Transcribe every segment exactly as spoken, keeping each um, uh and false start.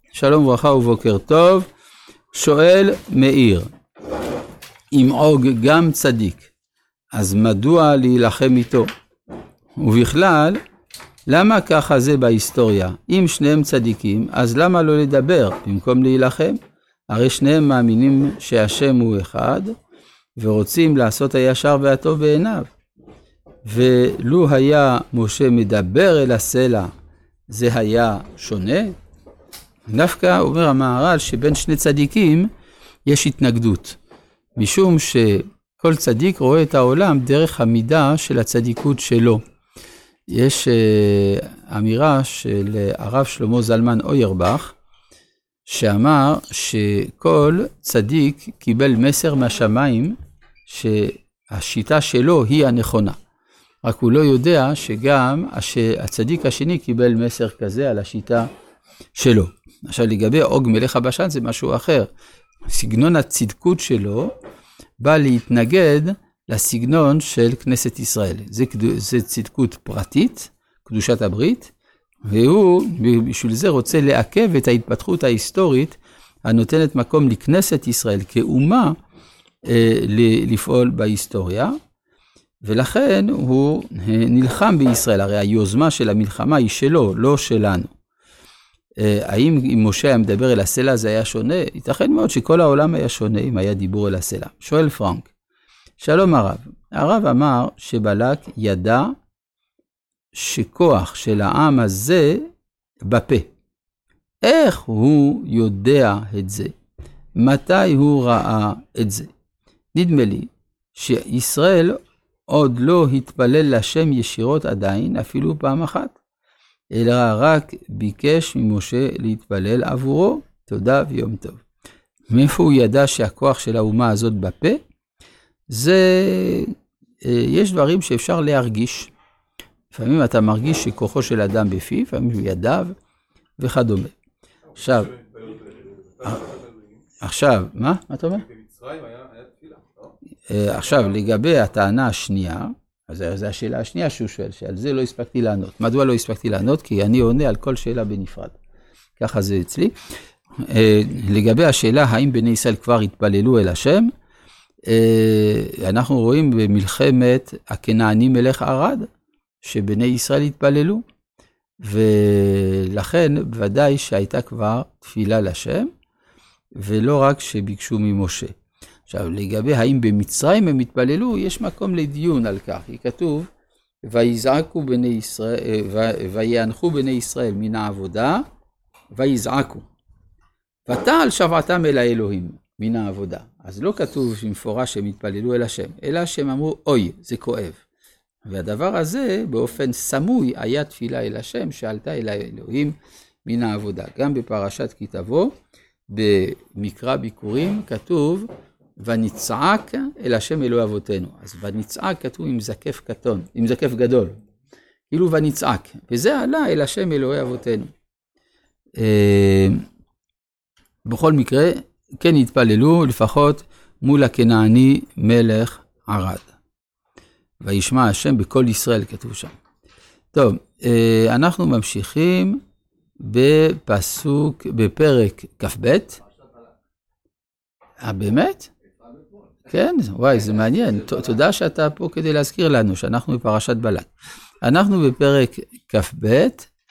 שלום וברכה ובוקר טוב. שואל מאיר, אם עוג גם צדיק, אז מדוע להילחם איתו? ובכלל, למה ככה זה בהיסטוריה? אם שניהם צדיקים, אז למה לא לדבר במקום להילחם? הרי שניהם מאמינים שהשם הוא אחד, ורוצים לעשות הישר והטוב בעיניו. ולו היה משה מדבר אל הסלע, זה היה שונה? דווקא אומר המהר"ל שבין שני צדיקים יש התנגדות, משום שכל צדיק רואה את העולם דרך המידה של הצדיקות שלו. יש uh, אמירה של הרב שלמה זלמן אוירבך, שאמר שכל צדיק קיבל מסר מהשמיים שהשיטה שלו היא הנכונה. רק הוא לא יודע שגם הצדיק השני קיבל מסר כזה על השיטה שלו. עכשיו לגבי עוג מלך הבשן זה משהו אחר. סגנון הצדקות שלו בא להתנגד לסגנון של כנסת ישראל. זה, זה צדקות פרטית, קדושת הברית, והוא בשביל זה רוצה לעכב את ההתפתחות ההיסטורית הנותנת מקום לכנסת ישראל כאומה אה, לפעול בהיסטוריה, ולכן הוא נלחם בישראל. הרי היוזמה של המלחמה היא שלו, לא שלנו. האם אם משה היה מדבר אל הסלע זה היה שונה? ייתכן מאוד שכל העולם היה שונה אם היה דיבור אל הסלע. שואל פרנק, שלום הרב. הרב אמר שבלק ידע שכוח של העם הזה בפה. איך הוא יודע את זה? מתי הוא ראה את זה? נדמה לי שישראל עוד לא התפלל לשם ישירות עדיין, אפילו פעם אחת, אלא רק ביקש ממשה להתפלל עבורו. תודה ויום טוב. מאיפה הוא ידע שהכוח של האומה הזאת בפה? זה, יש דברים שאפשר להרגיש. לפעמים אתה מרגיש שכוחו של אדם בפי, לפעמים ידיו וכדומה. עכשיו, עכשיו, מה? מה אתה אומר? במצרים היה תפילה, לא? עכשיו, לגבי הטענה השנייה, אז זו השאלה השנייה שהוא שואל, שעל זה לא הספקתי לענות. מדוע לא הספקתי לענות? כי אני עונה על כל שאלה בנפרד. ככה זה אצלי. לגבי השאלה, האם בני ישראל כבר התפללו אל השם, אנחנו רואים במלחמת הכנעני מלך ערד, שבני ישראל התפללו, ולכן ודאי שהייתה כבר תפילה לשם, ולא רק שביקשו ממשה. עכשיו, לגבי האם במצרים הם התפללו, יש מקום לדיון על כך. היא כתוב, ויזעקו בני ישראל, ויאנחו בני ישראל מן העבודה, ויזעקו. ותעל שבעתם אל האלוהים מן העבודה. אז לא כתוב שמפורש שהם התפללו אל השם, אלא שהם אמרו, אוי, זה כואב. והדבר הזה, באופן סמוי, היה תפילה אל השם, שעלתה אל האלוהים מן העבודה. גם בפרשת כי תבוא, במקרא ביקורים, כתוב, ונצעק אל השם אלוהי אבותינו. אז ונצעק כתוב עם זקף קטון, עם זקף גדול. כאילו ונצעק. וזה עלה אל השם אלוהי אבותינו. בכל מקרה, כן התפללו לפחות מול הכנעני מלך ערד. וישמע השם בכל ישראל כתוב שם. טוב, אנחנו ממשיכים בפסוק, בפרק כ"ב. אה, באמת? כן, וואי, זה מעניין. תודה שאתה פה כדי להזכיר לנו שאנחנו בפרשת בלק. אנחנו בפרק כ"ב,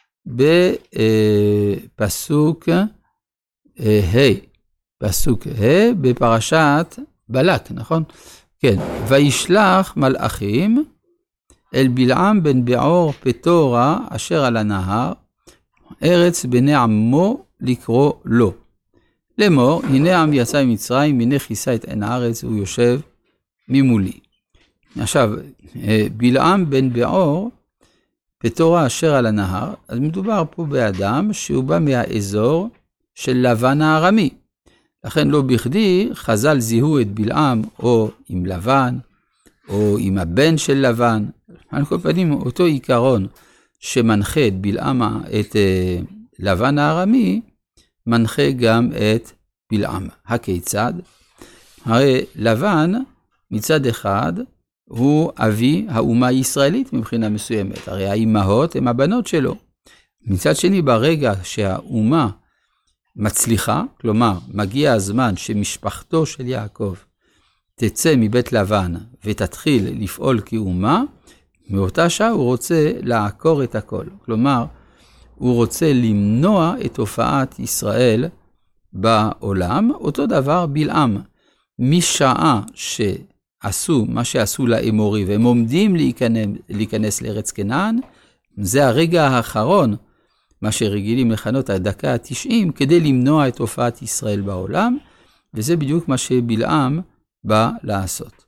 בפסוק ה', פסוק ה' בפרשת בלק, נכון? כן, וישלח מלאכים אל בלעם בן בעור פטורה אשר על הנהר, ארץ בני עמו לקרוא לו. לאמור, הנה עם יצא ממצרים, הנה כיסה את עין הארץ, הוא יושב ממולי. עכשיו, בלעם בן בעור, פטורה אשר על הנהר, אז מדובר פה באדם שהוא בא מהאזור של לבן הארמי. לכן לא בכדי חז"ל זיהו את בלעם או עם לבן, או עם הבן של לבן. על כל פנים, אותו עיקרון שמנחה את בלעם, את לבן הארמי, מנחה גם את בלעם. הכיצד? הרי לבן מצד אחד הוא אבי האומה הישראלית מבחינה מסוימת. הרי האימהות הן הבנות שלו. מצד שני, ברגע שהאומה מצליחה, כלומר, מגיע הזמן שמשפחתו של יעקב תצא מבית לבן ותתחיל לפעול כאומה, מאותה שעה הוא רוצה לעקור את הכל. כלומר, הוא רוצה למנוע את תופעת ישראל בעולם. אותו דבר בלעם. משעה שעשו מה שעשו לאמורי, והם עומדים להיכנס, להיכנס לארץ כנען, זה הרגע האחרון, מה שרגילים לכנות הדקה ה-תשעים, כדי למנוע את תופעת ישראל בעולם, וזה בדיוק מה שבלעם בא לעשות.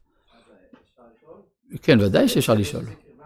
כן, ודאי שאפשר לשאול.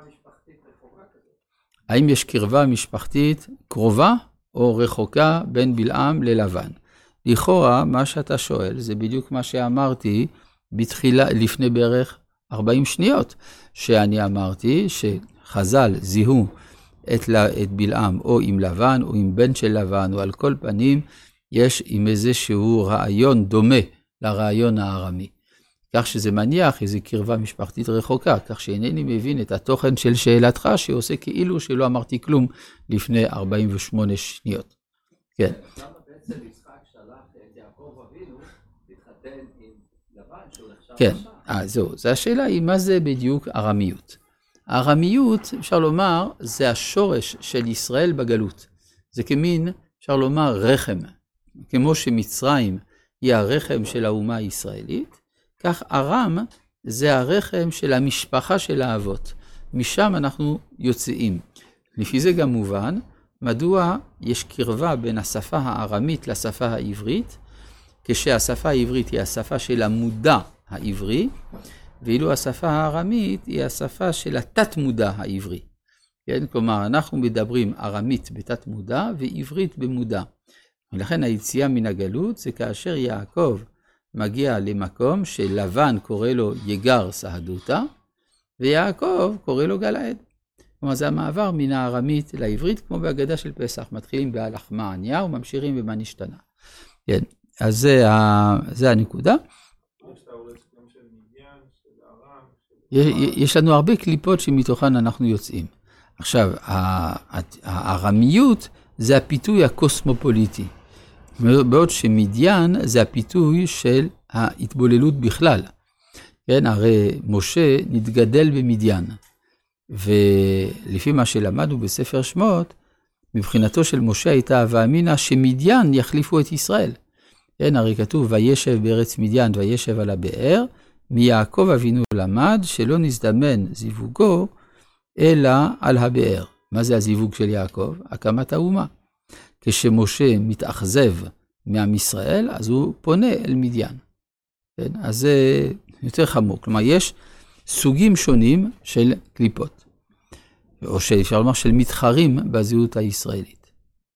האם יש קרבה משפחתית קרובה או רחוקה בין בלעם ללבן? לכאורה, מה שאתה שואל, זה בדיוק מה שאמרתי בתחילה, לפני בערך ארבעים שניות, שאני אמרתי שחז"ל זיהו את, את בלעם או עם לבן או עם בן של לבן, או על כל פנים יש עם איזשהו רעיון דומה לרעיון הארמי. כך שזה מניח איזו קרבה משפחתית רחוקה, כך שאינני מבין את התוכן של שאלתך, שעושה כאילו שלא אמרתי כלום לפני ארבעים ושמונה שניות. כן. למה בעצם יצחק שלח את יעקב אבינו להתחתן עם לבן שהוא נחשב כן, אה, זהו. זו השאלה היא מה זה בדיוק ארמיות. הארמיות, אפשר לומר, זה השורש של ישראל בגלות. זה כמין, אפשר לומר, רחם. כמו שמצרים היא הרחם של האומה הישראלית, כך ארם זה הרחם של המשפחה של האבות. משם אנחנו יוצאים. לפי זה גם מובן, מדוע יש קרבה בין השפה הארמית לשפה העברית, כשהשפה העברית היא השפה של המודע העברי, ואילו השפה הארמית היא השפה של התת מודע העברי. כן? כלומר, אנחנו מדברים ארמית בתת מודע ועברית במודע. ולכן היציאה מן הגלות זה כאשר יעקב מגיע למקום שלבן קורא לו יגר סהדותה, ויעקב קורא לו גלעד. כלומר, זה המעבר מן הארמית לעברית, כמו בהגדה של פסח. מתחילים בהלחמה עניה וממשיכים במה נשתנה. כן, אז זה, ה... זה הנקודה. יש לנו הרבה קליפות שמתוכן אנחנו יוצאים. עכשיו, הארמיות זה הפיתוי הקוסמופוליטי. בעוד שמדיין זה הפיתוי של ההתבוללות בכלל. כן, הרי משה נתגדל במדיין. ולפי מה שלמדנו בספר שמות, מבחינתו של משה הייתה הווה אמינא שמדיין יחליפו את ישראל. כן, הרי כתוב וישב בארץ מדיין וישב על הבאר, מיעקב אבינו למד שלא נזדמן זיווגו אלא על הבאר. מה זה הזיווג של יעקב? הקמת האומה. כשמשה מתאכזב מעם ישראל, אז הוא פונה אל מדיין. כן? אז זה יותר חמור. כלומר, יש סוגים שונים של קליפות, או שאפשר לומר של מתחרים בזהות הישראלית.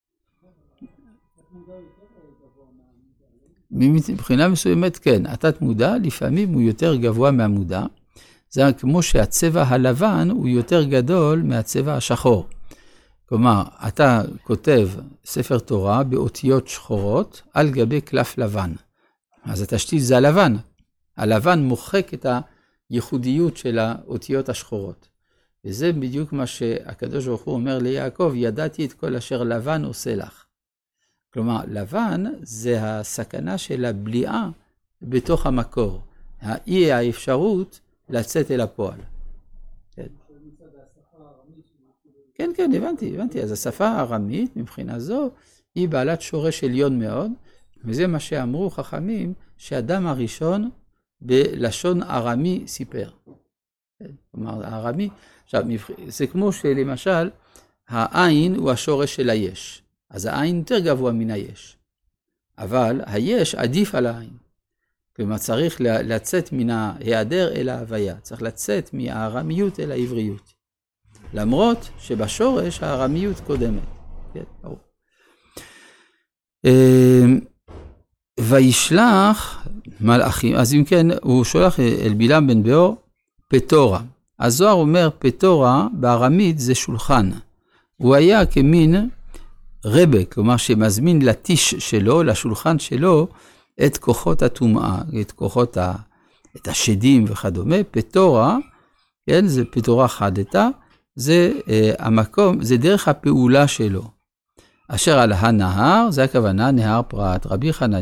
מבחינה מסוימת, כן, התת מודע לפעמים הוא יותר גבוה מהמודע. זה כמו שהצבע הלבן הוא יותר גדול מהצבע השחור. כלומר, אתה כותב ספר תורה באותיות שחורות על גבי קלף לבן. אז התשתית זה הלבן. הלבן מוחק את הייחודיות של האותיות השחורות. וזה בדיוק מה שהקדוש ברוך הוא אומר ליעקב, ידעתי את כל אשר לבן עושה לך. כלומר, לבן זה הסכנה של הבליעה בתוך המקור. האי האפשרות לצאת אל הפועל. כן. כן, כן, הבנתי, הבנתי. אז השפה הארמית, מבחינה זו, היא בעלת שורש עליון מאוד, וזה מה שאמרו חכמים, שאדם הראשון בלשון ארמי סיפר. כלומר, הארמי, עכשיו, זה כמו שלמשל, העין הוא השורש של היש. אז העין יותר גבוה מן היש. אבל היש עדיף על העין. כלומר, צריך לצאת מן ההיעדר אל ההוויה. צריך לצאת מהארמיות אל העבריות. למרות שבשורש הארמיות קודמת. כן, ברור. וישלח מלאכים, אז אם כן, הוא שולח אל בלעם בן באור פטורה. הזוהר אומר פטורה בארמית זה שולחן. הוא היה כמין רבה, כלומר שמזמין לטיש שלו, לשולחן שלו, את כוחות הטומאה, את כוחות ה, את השדים וכדומה. פטורה, כן, זה פטורה חדתה, זה uh, המקום, זה דרך הפעולה שלו. אשר על הנהר, זה הכוונה נהר פרת, רבי חנניה.